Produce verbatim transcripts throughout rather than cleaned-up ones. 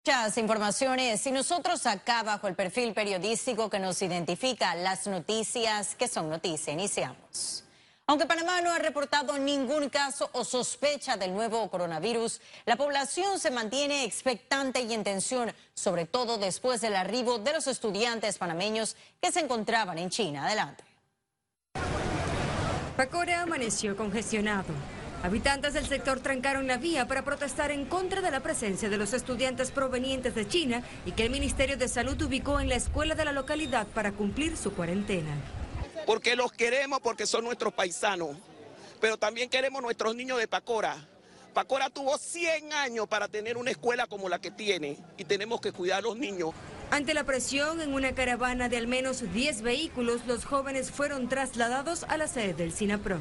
Muchas informaciones y nosotros acá bajo el perfil periodístico que nos identifica las noticias que son noticia. Iniciamos. Aunque Panamá no ha reportado ningún caso o sospecha del nuevo coronavirus, la población se mantiene expectante y en tensión, sobre todo después del arribo de los estudiantes panameños que se encontraban en China. Adelante. Pacora amaneció congestionado. Habitantes del sector trancaron la vía para protestar en contra de la presencia de los estudiantes provenientes de China y que el Ministerio de Salud ubicó en la escuela de la localidad para cumplir su cuarentena. Porque los queremos, porque son nuestros paisanos, pero también queremos nuestros niños de Pacora. Pacora tuvo cien años para tener una escuela como la que tiene y tenemos que cuidar a los niños. Ante la presión, en una caravana de al menos diez vehículos, los jóvenes fueron trasladados a la sede del SINAPRO.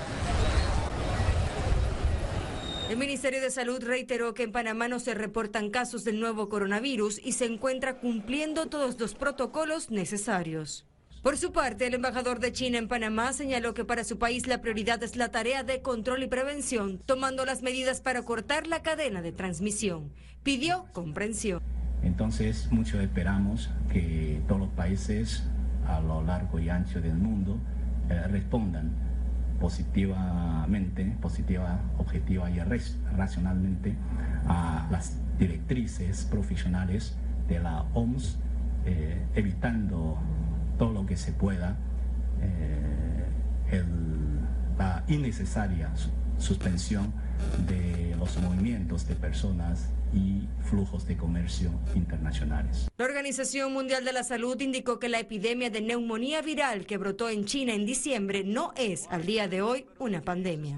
El Ministerio de Salud reiteró que en Panamá no se reportan casos del nuevo coronavirus y se encuentra cumpliendo todos los protocolos necesarios. Por su parte, el embajador de China en Panamá señaló que para su país la prioridad es la tarea de control y prevención, tomando las medidas para cortar la cadena de transmisión. Pidió comprensión. Entonces, mucho esperamos que todos los países a lo largo y ancho del mundo eh, respondan positivamente, positiva, objetiva y racionalmente a las directrices profesionales de la O M S, eh, evitando todo lo que se pueda eh, el, la innecesaria suspensión de los movimientos de personas y flujos de comercio internacionales. La Organización Mundial de la Salud indicó que la epidemia de neumonía viral que brotó en China en diciembre no es, al día de hoy, una pandemia.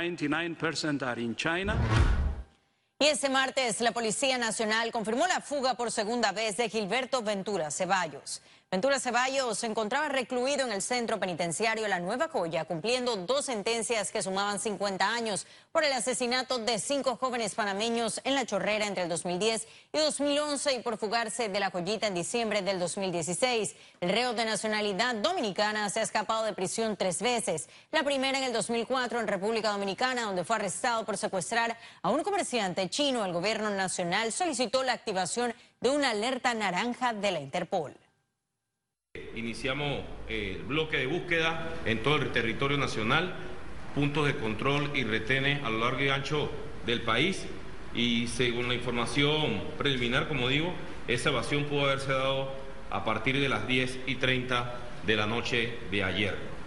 Y este martes la Policía Nacional confirmó la fuga por segunda vez de Gilberto Ventura Ceballos. Ventura Ceballos se encontraba recluido en el centro penitenciario La Nueva Joya, cumpliendo dos sentencias que sumaban cincuenta años por el asesinato de cinco jóvenes panameños en La Chorrera entre el dos mil diez y dos mil once y por fugarse de La Joyita en diciembre del dos mil dieciséis. El reo de nacionalidad dominicana se ha escapado de prisión tres veces. La primera en el dos mil cuatro en República Dominicana, donde fue arrestado por secuestrar a un comerciante chino. El gobierno nacional solicitó la activación de una alerta naranja de la Interpol. Iniciamos el bloque de búsqueda en todo el territorio nacional, puntos de control y retenes a lo largo y ancho del país y según la información preliminar, como digo, esa evasión pudo haberse dado a partir de las diez y treinta de la noche de ayer.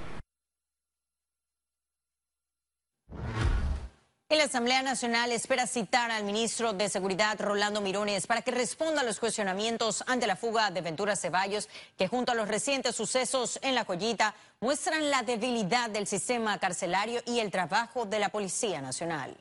Y la Asamblea Nacional espera citar al ministro de Seguridad, Rolando Mirones, para que responda a los cuestionamientos ante la fuga de Ventura Ceballos, que junto a los recientes sucesos en La Joyita muestran la debilidad del sistema carcelario y el trabajo de la Policía Nacional.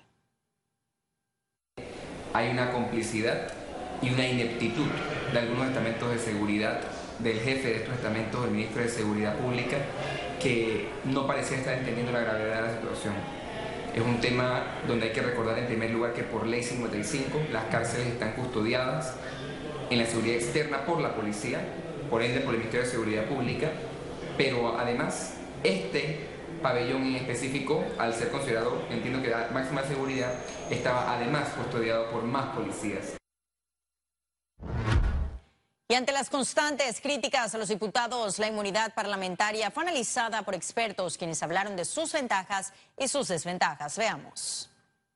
Hay una complicidad y una ineptitud de algunos estamentos de seguridad, del jefe de estos estamentos, el ministro de Seguridad Pública, que no parecía estar entendiendo la gravedad de la situación. Es un tema donde hay que recordar en primer lugar que por ley cincuenta y cinco las cárceles están custodiadas en la seguridad externa por la policía, por ende por el Ministerio de Seguridad Pública, pero además este pabellón en específico, al ser considerado, entiendo que da máxima seguridad, estaba además custodiado por más policías. Y ante las constantes críticas a los diputados, la inmunidad parlamentaria fue analizada por expertos quienes hablaron de sus ventajas y sus desventajas. Veamos.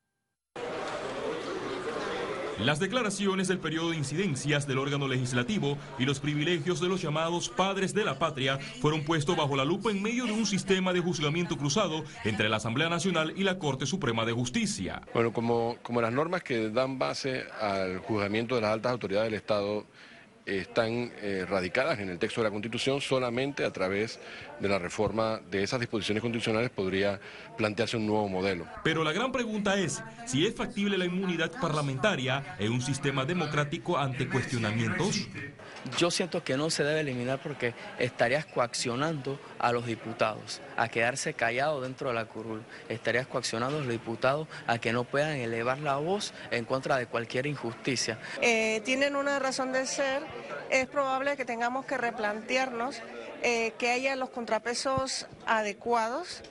Las declaraciones del periodo de incidencias del órgano legislativo y los privilegios de los llamados padres de la patria fueron puestos bajo la lupa en medio de un sistema de juzgamiento cruzado entre la Asamblea Nacional y la Corte Suprema de Justicia. Bueno, como, como las normas que dan base al juzgamiento de las altas autoridades del Estado están eh, radicadas en el texto de la Constitución, solamente a través de la reforma de esas disposiciones constitucionales podría plantearse un nuevo modelo. Pero la gran pregunta es si es factible la inmunidad parlamentaria en un sistema democrático ante cuestionamientos. Yo siento que no se debe eliminar porque estarías coaccionando a los diputados a quedarse callados dentro de la curul. Estarías coaccionando a los diputados a que no puedan elevar la voz en contra de cualquier injusticia. Eh, tienen una razón de ser. Es probable que tengamos que replantearnos eh, que haya los contrapesos adecuados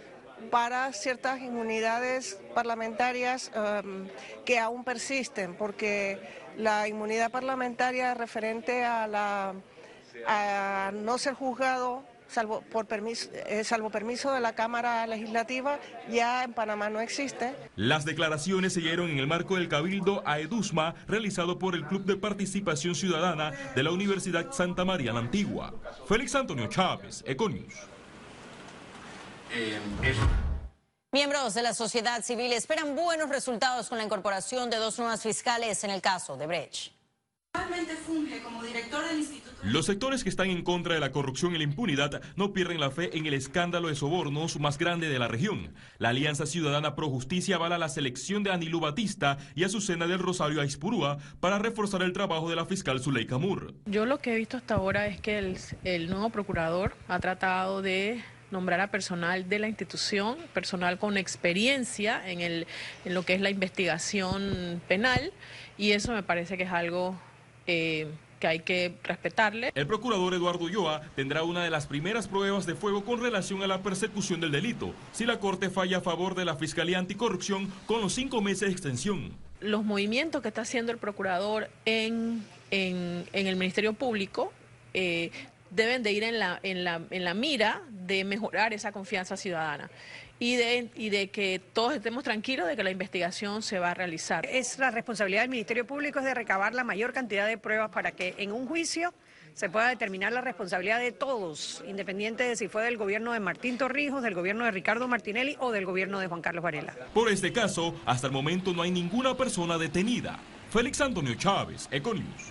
para ciertas inmunidades parlamentarias um, que aún persisten, porque la inmunidad parlamentaria referente a, la, a no ser juzgado salvo, por permiso, eh, salvo permiso de la Cámara Legislativa, ya en Panamá no existe. Las declaraciones se dieron en el marco del Cabildo a Edusma, realizado por el Club de Participación Ciudadana de la Universidad Santa María la Antigua. Félix Antonio Chávez, Econius. Eh, Miembros de la sociedad civil esperan buenos resultados con la incorporación de dos nuevas fiscales en el caso de Brecht. Funge como director del Instituto. Los sectores que están en contra de la corrupción y la impunidad no pierden la fe en el escándalo de sobornos más grande de la región. La Alianza Ciudadana Pro Justicia avala la selección de Anilú Batista y Azucena del Rosario Aispurúa para reforzar el trabajo de la fiscal Zuleika Moore. Yo lo que he visto hasta ahora es que el, el nuevo procurador ha tratado de nombrar a personal de la institución, personal con experiencia en, el, en lo que es la investigación penal, y eso me parece que es algo Eh, que hay que respetarle. El procurador Eduardo Ulloa tendrá una de las primeras pruebas de fuego con relación a la persecución del delito, si la Corte falla a favor de la Fiscalía Anticorrupción con los cinco meses de extensión. Los movimientos que está haciendo el procurador en, en, en el Ministerio Público eh, deben de ir en la, en, la, en la mira de mejorar esa confianza ciudadana. Y de, y de que todos estemos tranquilos de que la investigación se va a realizar. Es la responsabilidad del Ministerio Público es de recabar la mayor cantidad de pruebas para que en un juicio se pueda determinar la responsabilidad de todos, independiente de si fue del gobierno de Martín Torrijos, del gobierno de Ricardo Martinelli o del gobierno de Juan Carlos Varela. Por este caso, hasta el momento no hay ninguna persona detenida. Félix Antonio Chávez, Econius.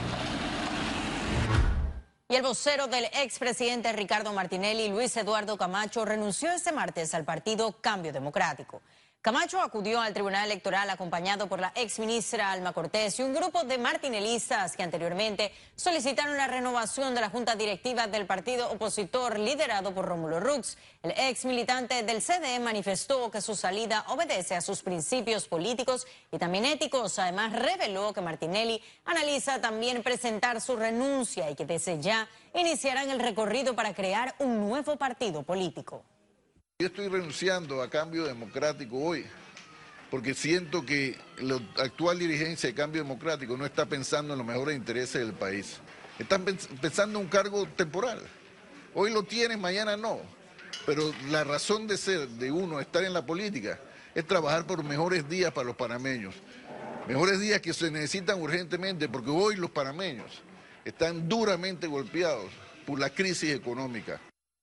Y el vocero del expresidente Ricardo Martinelli, Luis Eduardo Camacho, renunció este martes al partido Cambio Democrático. Camacho acudió al Tribunal Electoral acompañado por la exministra Alma Cortés y un grupo de martinelistas que anteriormente solicitaron la renovación de la junta directiva del partido opositor liderado por Rómulo Rux. El ex militante del C D E manifestó que su salida obedece a sus principios políticos y también éticos. Además, reveló que Martinelli analiza también presentar su renuncia y que desde ya iniciarán el recorrido para crear un nuevo partido político. Yo estoy renunciando a Cambio Democrático hoy, porque siento que la actual dirigencia de Cambio Democrático no está pensando en los mejores intereses del país. Están pensando en un cargo temporal. Hoy lo tienen, mañana no. Pero la razón de ser de uno, estar en la política, es trabajar por mejores días para los panameños. Mejores días que se necesitan urgentemente, porque hoy los panameños están duramente golpeados por la crisis económica.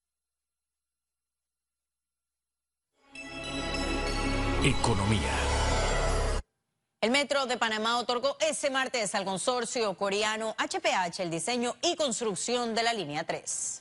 Economía. El Metro de Panamá otorgó ese martes al consorcio coreano H P H el diseño y construcción de la línea tres.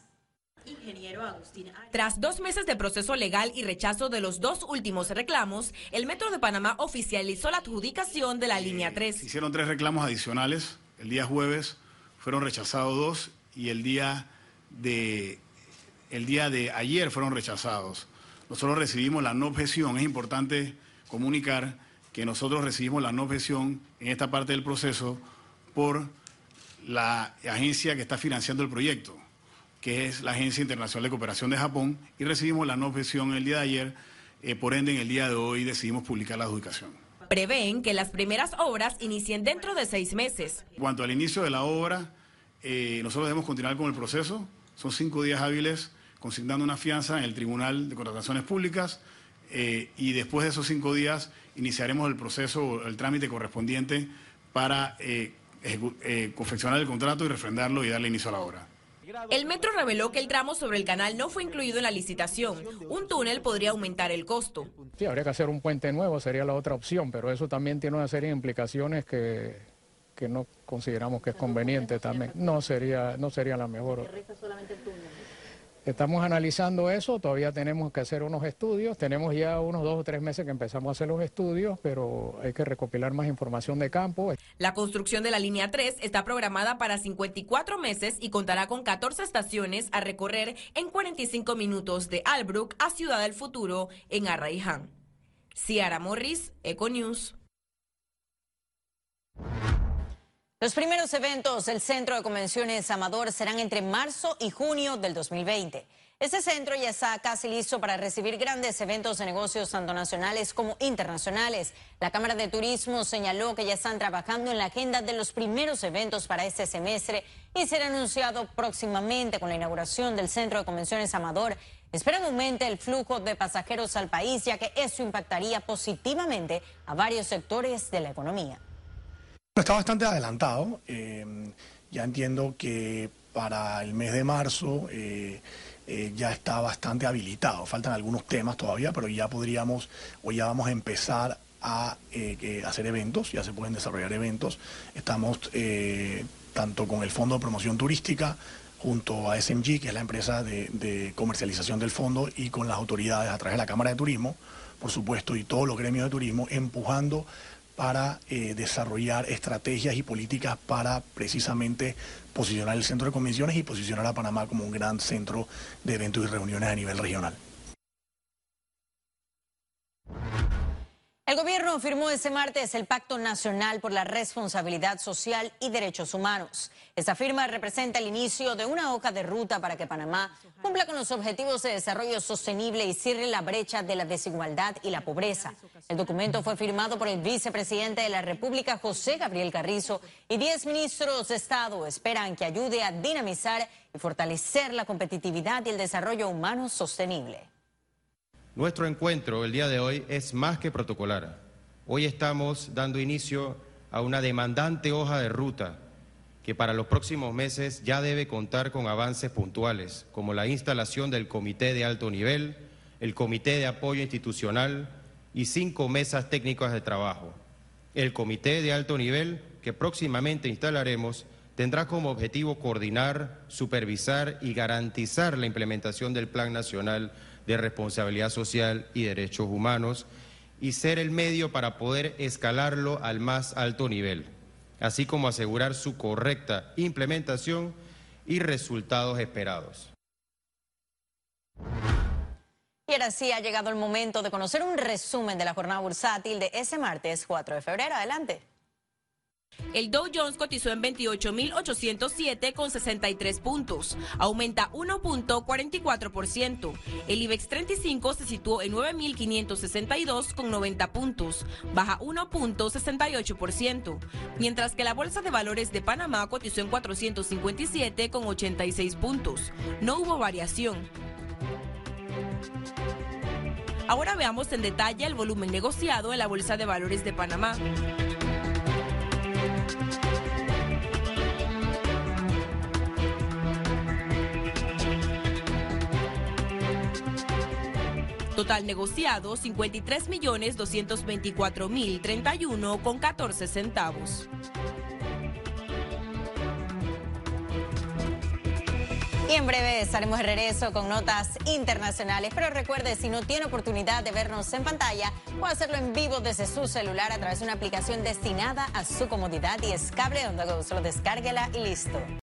Tras dos meses de proceso legal y rechazo de los dos últimos reclamos, el Metro de Panamá oficializó la adjudicación de la línea tres. Se hicieron tres reclamos adicionales. El día jueves fueron rechazados dos y el día de, el día de ayer fueron rechazados. Nosotros recibimos la no objeción. Es importante comunicar que nosotros recibimos la no objeción en esta parte del proceso por la agencia que está financiando el proyecto, que es la Agencia Internacional de Cooperación de Japón, y recibimos la no objeción el día de ayer, eh, por ende en el día de hoy decidimos publicar la adjudicación. Prevén que las primeras obras inicien dentro de seis meses. En cuanto al inicio de la obra, eh, nosotros debemos continuar con el proceso. Son cinco días hábiles consignando una fianza en el Tribunal de Contrataciones Públicas eh, y después de esos cinco días iniciaremos el proceso, el trámite correspondiente para eh, eh, confeccionar el contrato y refrendarlo y darle inicio a la obra. El Metro reveló que el tramo sobre el canal no fue incluido en la licitación. Un túnel podría aumentar el costo. Sí, habría que hacer un puente nuevo, sería la otra opción, pero eso también tiene una serie de implicaciones que, que no consideramos que es conveniente también. No sería, no sería la mejor. Estamos analizando eso, todavía tenemos que hacer unos estudios, tenemos ya unos dos o tres meses que empezamos a hacer los estudios, pero hay que recopilar más información de campo. La construcción de la línea tres está programada para cincuenta y cuatro meses y contará con catorce estaciones a recorrer en cuarenta y cinco minutos de Albrook a Ciudad del Futuro en Arraiján. Ciara Morris, Econews. Los primeros eventos del Centro de Convenciones Amador serán entre marzo y junio del dos mil veinte. Este centro ya está casi listo para recibir grandes eventos de negocios tanto nacionales como internacionales. La Cámara de Turismo señaló que ya están trabajando en la agenda de los primeros eventos para este semestre y será anunciado próximamente con la inauguración del Centro de Convenciones Amador. Esperan aumente el flujo de pasajeros al país, ya que eso impactaría positivamente a varios sectores de la economía. Está bastante adelantado. Eh, ya entiendo que para el mes de marzo eh, eh, ya está bastante habilitado. Faltan algunos temas todavía, pero ya podríamos o ya vamos a empezar a eh, eh, hacer eventos. Ya se pueden desarrollar eventos. Estamos eh, tanto con el Fondo de Promoción Turística junto a S M G, que es la empresa de, de comercialización del fondo, y con las autoridades a través de la Cámara de Turismo, por supuesto, y todos los gremios de turismo, empujando para eh, desarrollar estrategias y políticas para precisamente posicionar el centro de convenciones y posicionar a Panamá como un gran centro de eventos y reuniones a nivel regional. El gobierno firmó este martes el Pacto Nacional por la Responsabilidad Social y Derechos Humanos. Esta firma representa el inicio de una hoja de ruta para que Panamá cumpla con los objetivos de desarrollo sostenible y cierre la brecha de la desigualdad y la pobreza. El documento fue firmado por el vicepresidente de la República, José Gabriel Carrizo, y diez ministros de Estado. Esperan que ayude a dinamizar y fortalecer la competitividad y el desarrollo humano sostenible. Nuestro encuentro el día de hoy es más que protocolar. Hoy estamos dando inicio a una demandante hoja de ruta que para los próximos meses ya debe contar con avances puntuales, como la instalación del Comité de Alto Nivel, el Comité de Apoyo Institucional y cinco mesas técnicas de trabajo. El Comité de Alto Nivel, que próximamente instalaremos, tendrá como objetivo coordinar, supervisar y garantizar la implementación del Plan Nacional de Responsabilidad Social y Derechos Humanos y ser el medio para poder escalarlo al más alto nivel, así como asegurar su correcta implementación y resultados esperados. Y ahora sí ha llegado el momento de conocer un resumen de la jornada bursátil de ese martes cuatro de febrero. Adelante. El Dow Jones cotizó en veintiocho mil ochocientos siete con sesenta y tres puntos, aumenta uno punto cuarenta y cuatro por ciento. El IBEX treinta y cinco se situó en nueve mil quinientos sesenta y dos con noventa puntos, baja uno punto sesenta y ocho por ciento. Mientras que la Bolsa de Valores de Panamá cotizó en cuatrocientos cincuenta y siete con ochenta y seis puntos. No hubo variación. Ahora veamos en detalle el volumen negociado en la Bolsa de Valores de Panamá. Total negociado cincuenta y tres millones doscientos veinticuatro mil treinta y uno con catorce centavos. Y en breve estaremos de regreso con notas internacionales. Pero recuerde, si no tiene oportunidad de vernos en pantalla, puede hacerlo en vivo desde su celular a través de una aplicación destinada a su comodidad y es Cable On The Go. Solo descárguela y listo.